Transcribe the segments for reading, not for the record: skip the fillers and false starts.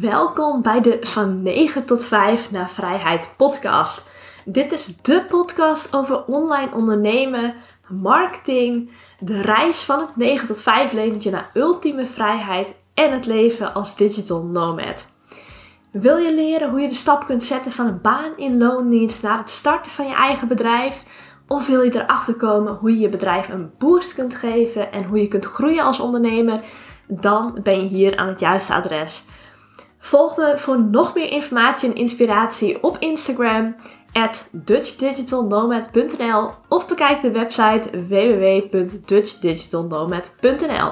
Welkom bij de Van 9 tot 5 naar Vrijheid podcast. Dit is de podcast over online ondernemen, marketing, de reis van het 9 tot 5 leventje naar ultieme vrijheid en het leven als digital nomad. Wil je leren hoe je de stap kunt zetten van een baan in loondienst naar het starten van je eigen bedrijf? Of wil je erachter komen hoe je je bedrijf een boost kunt geven en hoe je kunt groeien als ondernemer? Dan ben je hier aan het juiste adres. Volg me voor nog meer informatie en inspiratie op Instagram @dutchdigitalnomad.nl of bekijk de website www.dutchdigitalnomad.nl.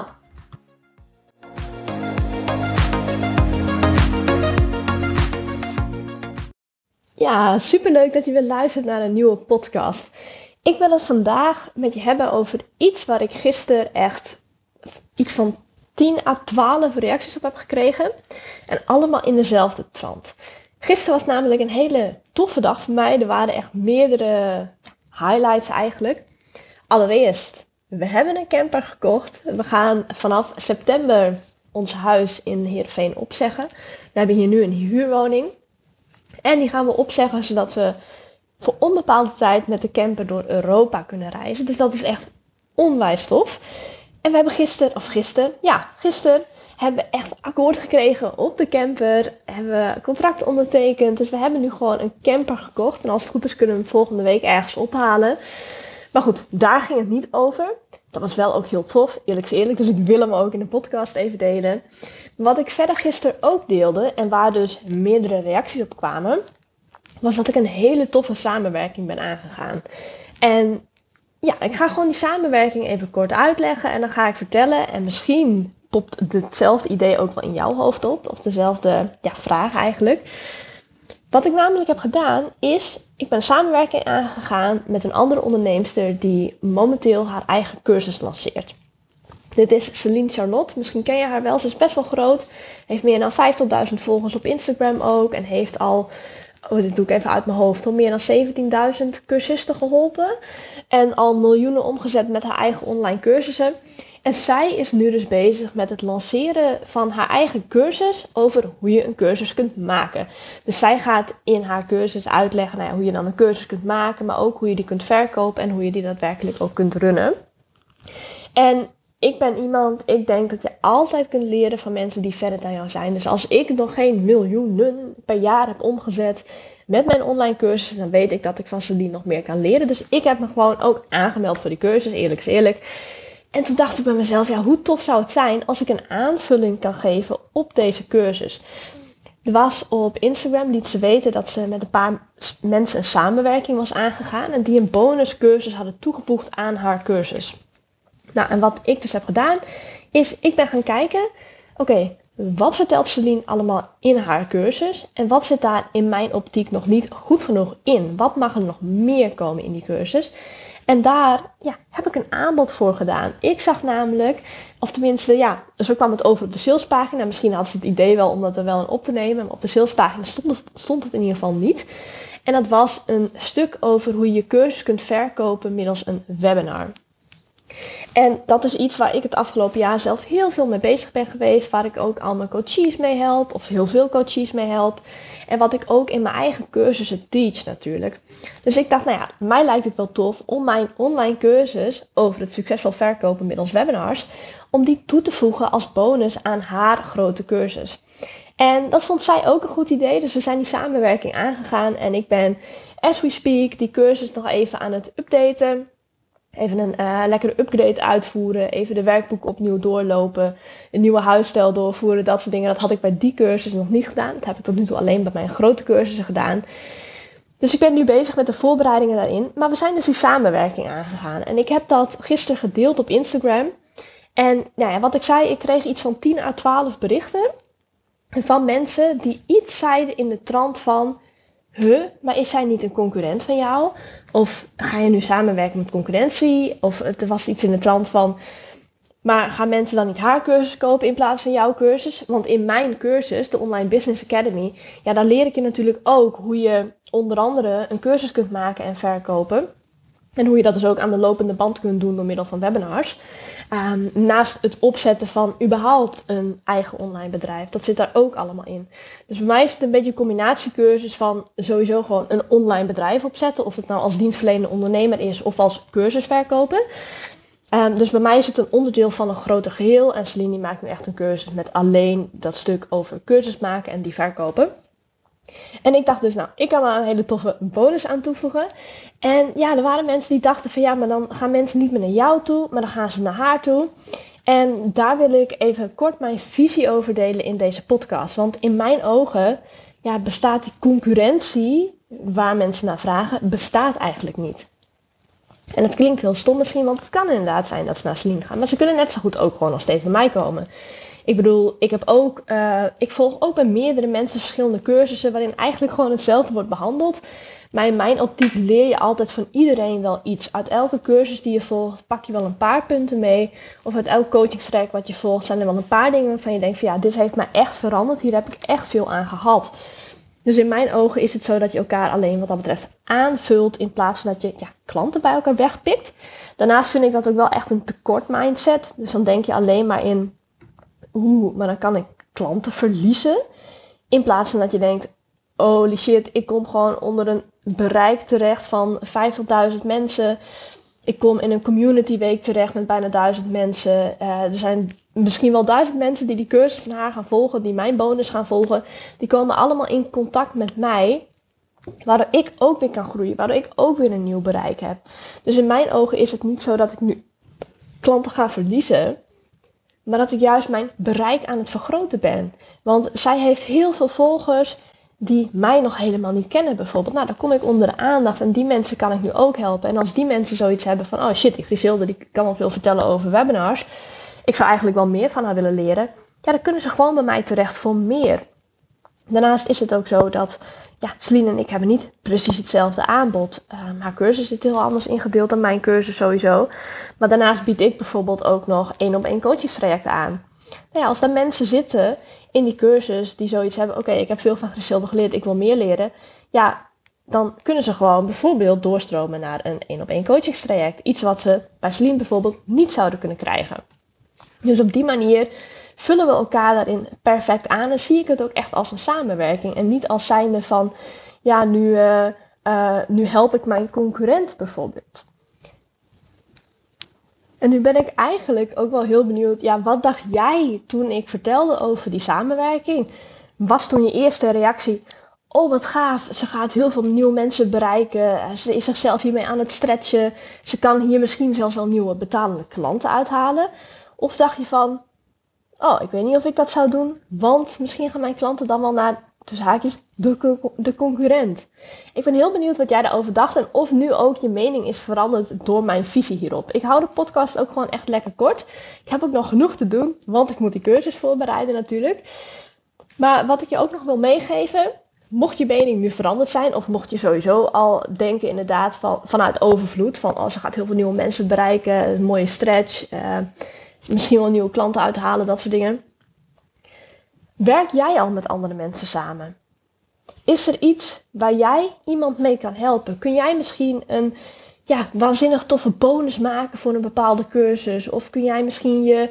Ja, superleuk dat je weer luistert naar een nieuwe podcast. Ik wil het vandaag met je hebben over iets waar ik gisteren echt iets van 10 à 12 reacties op heb gekregen. En allemaal in dezelfde trant. Gisteren was namelijk een hele toffe dag voor mij. Er waren echt meerdere highlights eigenlijk. Allereerst, we hebben een camper gekocht. We gaan vanaf september ons huis in Heerenveen opzeggen. We hebben hier nu een huurwoning. En die gaan we opzeggen zodat we voor onbepaalde tijd met de camper door Europa kunnen reizen. Dus dat is echt onwijs tof. En we hebben gisteren hebben we echt akkoord gekregen op de camper. Hebben we contract ondertekend. Dus we hebben nu gewoon een camper gekocht. En als het goed is kunnen we hem volgende week ergens ophalen. Maar goed, daar ging het niet over. Dat was wel ook heel tof, eerlijk is eerlijk. Dus ik wil hem ook in de podcast even delen. Wat ik verder gisteren ook deelde, en waar dus meerdere reacties op kwamen, was dat ik een hele toffe samenwerking ben aangegaan. En ja, ik ga gewoon die samenwerking even kort uitleggen en dan ga ik vertellen. En misschien popt hetzelfde idee ook wel in jouw hoofd op, of dezelfde vraag eigenlijk. Wat ik namelijk heb gedaan is, ik ben een samenwerking aangegaan met een andere onderneemster die momenteel haar eigen cursus lanceert. Dit is Celine Charlotte, misschien ken je haar wel, ze is best wel groot. Heeft meer dan 50.000 volgers op Instagram ook en heeft al, dit doe ik even uit mijn hoofd, al meer dan 17.000 cursisten geholpen. En al miljoenen omgezet met haar eigen online cursussen. En zij is nu dus bezig met het lanceren van haar eigen cursus over hoe je een cursus kunt maken. Dus zij gaat in haar cursus uitleggen hoe je dan een cursus kunt maken, maar ook hoe je die kunt verkopen en hoe je die daadwerkelijk ook kunt runnen. En ik ben iemand, ik denk dat je altijd kunt leren van mensen die verder dan jou zijn. Dus als ik nog geen miljoenen per jaar heb omgezet met mijn online cursus, dan weet ik dat ik van Celine nog meer kan leren. Dus ik heb me gewoon ook aangemeld voor die cursus, eerlijk is eerlijk. En toen dacht ik bij mezelf, hoe tof zou het zijn als ik een aanvulling kan geven op deze cursus. Er was op Instagram, liet ze weten dat ze met een paar mensen een samenwerking was aangegaan en die een bonuscursus hadden toegevoegd aan haar cursus. Nou, en wat ik dus heb gedaan, is ik ben gaan kijken, wat vertelt Celine allemaal in haar cursus? En wat zit daar in mijn optiek nog niet goed genoeg in? Wat mag er nog meer komen in die cursus? En daar heb ik een aanbod voor gedaan. Ik zag namelijk, of tenminste, zo kwam het over op de salespagina. Misschien had ze het idee wel om dat er wel in op te nemen. Maar op de salespagina stond het in ieder geval niet. En dat was een stuk over hoe je je cursus kunt verkopen middels een webinar. En dat is iets waar ik het afgelopen jaar zelf heel veel mee bezig ben geweest. Waar ik ook al mijn coaches mee help. Of heel veel coaches mee help. En wat ik ook in mijn eigen cursussen teach natuurlijk. Dus ik dacht, mij lijkt het wel tof om mijn online cursus over het succesvol verkopen middels webinars, om die toe te voegen als bonus aan haar grote cursus. En dat vond zij ook een goed idee. Dus we zijn die samenwerking aangegaan. En ik ben, as we speak, die cursus nog even aan het updaten. Even een lekkere upgrade uitvoeren. Even de werkboek opnieuw doorlopen. Een nieuwe huisstijl doorvoeren. Dat soort dingen. Dat had ik bij die cursus nog niet gedaan. Dat heb ik tot nu toe alleen bij mijn grote cursussen gedaan. Dus ik ben nu bezig met de voorbereidingen daarin. Maar we zijn dus die samenwerking aangegaan. En ik heb dat gisteren gedeeld op Instagram. En wat ik zei, ik kreeg iets van 10 à 12 berichten. Van mensen die iets zeiden in de trant van, maar is zij niet een concurrent van jou? Of ga je nu samenwerken met concurrentie? Of er was iets in de trant van, maar gaan mensen dan niet haar cursus kopen in plaats van jouw cursus? Want in mijn cursus, de Online Business Academy, daar leer ik je natuurlijk ook hoe je onder andere een cursus kunt maken en verkopen. En hoe je dat dus ook aan de lopende band kunt doen door middel van webinars. Naast het opzetten van überhaupt een eigen online bedrijf. Dat zit daar ook allemaal in. Dus bij mij is het een beetje een combinatiecursus van sowieso gewoon een online bedrijf opzetten. Of het nou als dienstverlenende ondernemer is of als cursusverkoper. Dus bij mij is het een onderdeel van een groter geheel. En Celine maakt nu echt een cursus met alleen dat stuk over cursus maken en die verkopen. En ik dacht dus, nou, ik kan daar een hele toffe bonus aan toevoegen. En ja, er waren mensen die dachten van ja, maar dan gaan mensen niet meer naar jou toe, maar dan gaan ze naar haar toe. En daar wil ik even kort mijn visie over delen in deze podcast. Want in mijn ogen bestaat die concurrentie waar mensen naar vragen, bestaat eigenlijk niet. En het klinkt heel stom misschien, want het kan inderdaad zijn dat ze naar Celine gaan. Maar ze kunnen net zo goed ook gewoon nog steeds bij mij komen. Ik bedoel, ik volg ook bij meerdere mensen verschillende cursussen waarin eigenlijk gewoon hetzelfde wordt behandeld. Maar in mijn optiek leer je altijd van iedereen wel iets. Uit elke cursus die je volgt pak je wel een paar punten mee. Of uit elk coachingstraject wat je volgt zijn er wel een paar dingen waarvan je denkt van ja, dit heeft mij echt veranderd. Hier heb ik echt veel aan gehad. Dus in mijn ogen is het zo dat je elkaar alleen wat dat betreft aanvult in plaats van dat je klanten bij elkaar wegpikt. Daarnaast vind ik dat ook wel echt een tekort mindset. Dus dan denk je alleen maar in maar dan kan ik klanten verliezen. In plaats van dat je denkt, holy shit, ik kom gewoon onder een bereik terecht van 50.000 mensen. Ik kom in een community week terecht met bijna 1000 mensen. Er zijn misschien wel 1000 mensen die cursus van haar gaan volgen, die mijn bonus gaan volgen. Die komen allemaal in contact met mij. Waardoor ik ook weer kan groeien. Waardoor ik ook weer een nieuw bereik heb. Dus in mijn ogen is het niet zo dat ik nu klanten ga verliezen. Maar dat ik juist mijn bereik aan het vergroten ben. Want zij heeft heel veel volgers die mij nog helemaal niet kennen bijvoorbeeld. Nou, dan kom ik onder de aandacht en die mensen kan ik nu ook helpen. En als die mensen zoiets hebben van, oh shit, die Griselda die kan wel veel vertellen over webinars. Ik zou eigenlijk wel meer van haar willen leren. Ja, dan kunnen ze gewoon bij mij terecht voor meer. Daarnaast is het ook zo dat Celine en ik hebben niet precies hetzelfde aanbod. Haar cursus zit heel anders ingedeeld dan mijn cursus sowieso. Maar daarnaast bied ik bijvoorbeeld ook nog 1-op-1 coachingstrajecten aan. Nou ja, als er mensen zitten in die cursus die zoiets hebben, oké, ik heb veel van Griselda geleerd, ik wil meer leren. Ja, dan kunnen ze gewoon bijvoorbeeld doorstromen naar een 1-op-1 coachingstraject. Iets wat ze bij Celine bijvoorbeeld niet zouden kunnen krijgen. Dus op die manier vullen we elkaar daarin perfect aan en zie ik het ook echt als een samenwerking. En niet als zijnde van, nu help ik mijn concurrent bijvoorbeeld. En nu ben ik eigenlijk ook wel heel benieuwd, wat dacht jij toen ik vertelde over die samenwerking? Was toen je eerste reactie, oh wat gaaf, ze gaat heel veel nieuwe mensen bereiken, ze is zichzelf hiermee aan het stretchen, ze kan hier misschien zelfs wel nieuwe betalende klanten uithalen? Of dacht je van, oh, ik weet niet of ik dat zou doen, want misschien gaan mijn klanten dan wel naar, tussen haakjes, de concurrent. Ik ben heel benieuwd wat jij daarover dacht en of nu ook je mening is veranderd door mijn visie hierop. Ik hou de podcast ook gewoon echt lekker kort. Ik heb ook nog genoeg te doen, want ik moet die cursus voorbereiden natuurlijk. Maar wat ik je ook nog wil meegeven, mocht je mening nu veranderd zijn, of mocht je sowieso al denken inderdaad vanuit overvloed, van oh, ze gaat heel veel nieuwe mensen bereiken, een mooie stretch, misschien wel nieuwe klanten uithalen, dat soort dingen. Werk jij al met andere mensen samen? Is er iets waar jij iemand mee kan helpen? Kun jij misschien een waanzinnig toffe bonus maken voor een bepaalde cursus? Of kun jij misschien je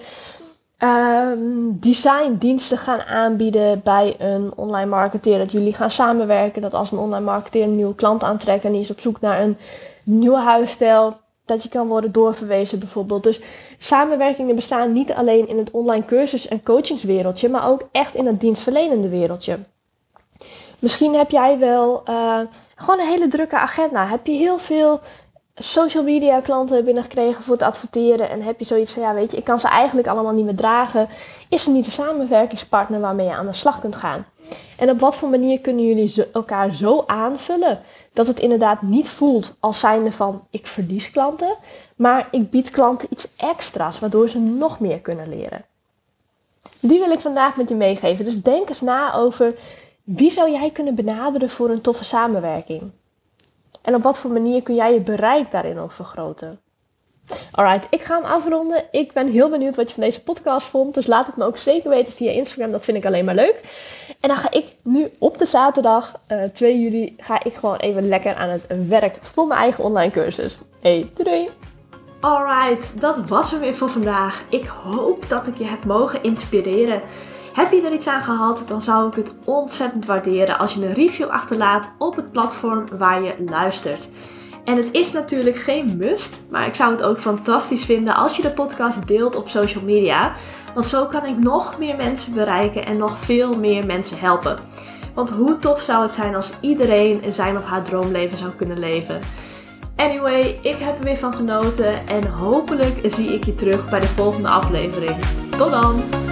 designdiensten gaan aanbieden bij een online marketeer? Dat jullie gaan samenwerken, dat als een online marketeer een nieuwe klant aantrekt en die is op zoek naar een nieuwe huisstijl, dat je kan worden doorverwezen bijvoorbeeld. Dus samenwerkingen bestaan niet alleen in het online cursus- en coachingswereldje, maar ook echt in het dienstverlenende wereldje. Misschien heb jij wel gewoon een hele drukke agenda. Heb je heel veel social media klanten binnengekregen voor het adverteren en heb je zoiets van, weet je, ik kan ze eigenlijk allemaal niet meer dragen. Is er niet een samenwerkingspartner waarmee je aan de slag kunt gaan? En op wat voor manier kunnen jullie elkaar zo aanvullen dat het inderdaad niet voelt als zijnde van ik verlies klanten, maar ik bied klanten iets extra's waardoor ze nog meer kunnen leren. Die wil ik vandaag met je meegeven. Dus denk eens na over wie zou jij kunnen benaderen voor een toffe samenwerking? En op wat voor manier kun jij je bereik daarin ook vergroten? Alright, ik ga hem afronden. Ik ben heel benieuwd wat je van deze podcast vond. Dus laat het me ook zeker weten via Instagram. Dat vind ik alleen maar leuk. En dan ga ik nu op de zaterdag 2 juli ga ik gewoon even lekker aan het werk voor mijn eigen online cursus. Hey, doei! Alright, dat was hem weer voor vandaag. Ik hoop dat ik je heb mogen inspireren. Heb je er iets aan gehad, dan zou ik het ontzettend waarderen als je een review achterlaat op het platform waar je luistert. En het is natuurlijk geen must, maar ik zou het ook fantastisch vinden als je de podcast deelt op social media. Want zo kan ik nog meer mensen bereiken en nog veel meer mensen helpen. Want hoe tof zou het zijn als iedereen zijn of haar droomleven zou kunnen leven. Anyway, ik heb er weer van genoten en hopelijk zie ik je terug bij de volgende aflevering. Tot dan!